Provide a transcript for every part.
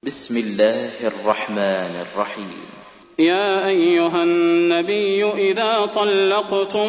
بسم الله الرحمن الرحيم. يا أيها النبي إذا طلقتم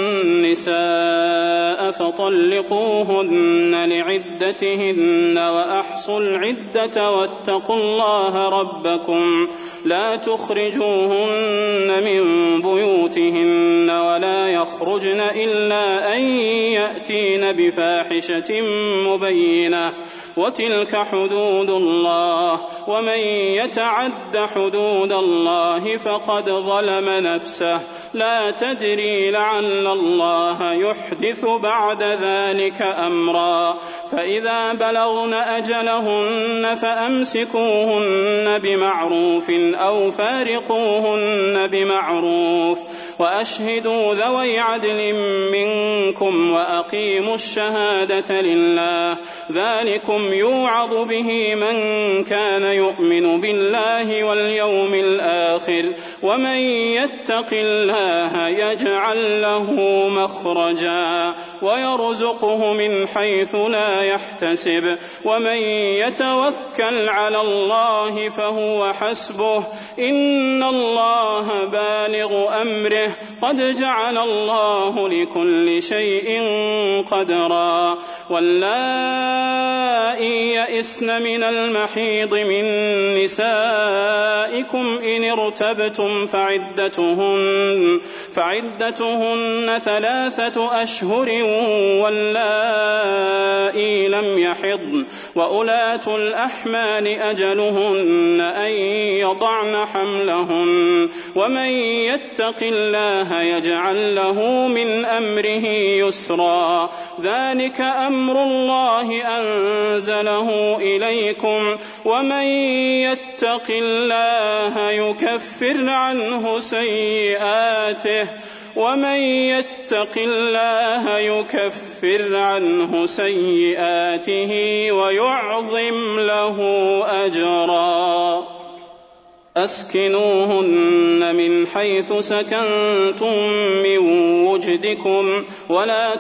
النساء فطلقوهن لعدتهن وأحصوا العدة واتقوا الله ربكم لا تخرجوهن من بيوتهن ولا يخرجن إلا أن يأتين بفاحشة مبينة وتلك حدود الله ومن يتعد حدود الله فقد ظلم نفسه لا تدري لعل الله يحدث بعد ذلك أمرا فإذا بلغن أجلهن فأمسكوهن بمعروف أو فارقوهن بمعروف وأشهدوا ذوي عدل منكم وأقيموا الشهادة لله ذلكم يوعظ به من كان يؤمن بالله واليوم الآخر ومن يتق الله يجعل له مخرجا ويرزقه من حيث لا يحتسب ومن يتوكل على الله فهو حسبه إن الله بالغ أمره قد جعل الله لكل شيء قدرا واللائي يئسن من المحيض من نسائكم إن ارتبتم فعدتهن 3 أشهر واللائي لم يحضن وأولاة الأحمال أجلهن أن يضعن حملهن ومن يتق الله يجعل له من أمره يسرا ذلك أمر الله أنزله إليكم ومن يتق الله يكفر عنه سيئاته ويعظم له أجرا أسكنوهن من حيث سكنتم من وجدكم ولا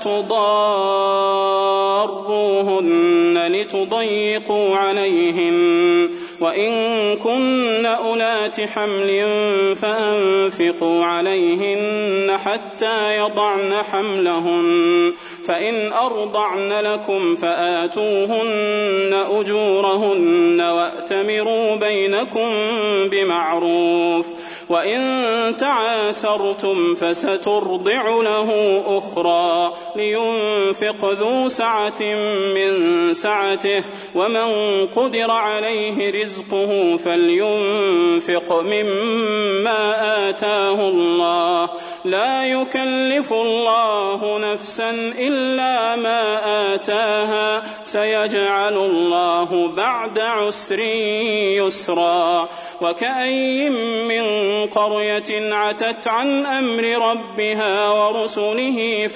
تضاروهن لتضيقوا عليهن وإن كن أولات حمل فأنفقوا عليهن حتى يضعن حملهن فإن أرضعن لكم فآتوهن أجورهن وأتمروا بينكم بمعروف وإن تعاسرتم فسترضع له أخرى لينفق ذو سعة من سعته ومن قدر عليه رزقه فلينفق مما آتاه الله لا يكلف الله نفسا إلا ما آتاها سيجعل الله بعد عسر يسرا وكأي من قرية عتت عن أمر ربها ورسله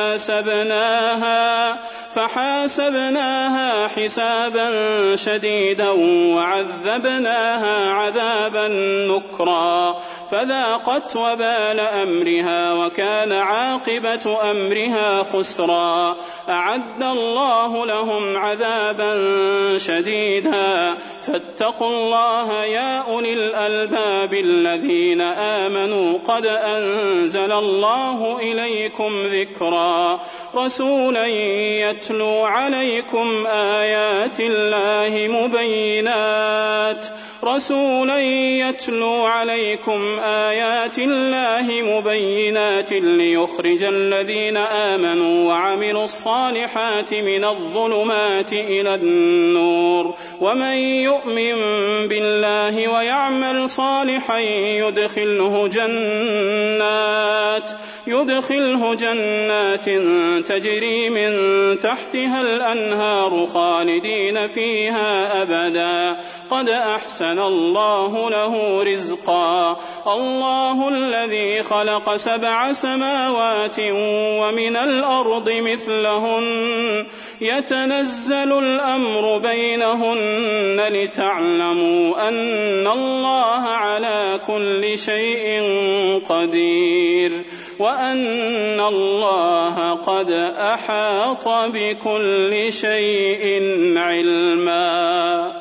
فحاسبناها حسابا شديدا وعذبناها عذابا نكرا فذاقت وبال أمرها وكان عاقبة أمرها خسرا أعد الله لهم عذابا شديدا فاتقوا الله يا أولي الألباب الذين آمنوا قد أنزل الله إليكم ذكرا رسولا يتلو عليكم آيات الله مبينات ليخرج الذين آمنوا وعملوا الصالحات من الظلمات إلى النور ومن يؤمن بالله ويعمل صالحا يدخله جنات تجري من تحتها الأنهار خالدين فيها أبدا قد أحسن الله له رزقا الله الذي خلق 7 سماوات ومن الأرض مثلهن يتنزل الأمر بينهن لتعلموا أن الله على كل شيء قدير وأن الله قد أحاط بكل شيء علما.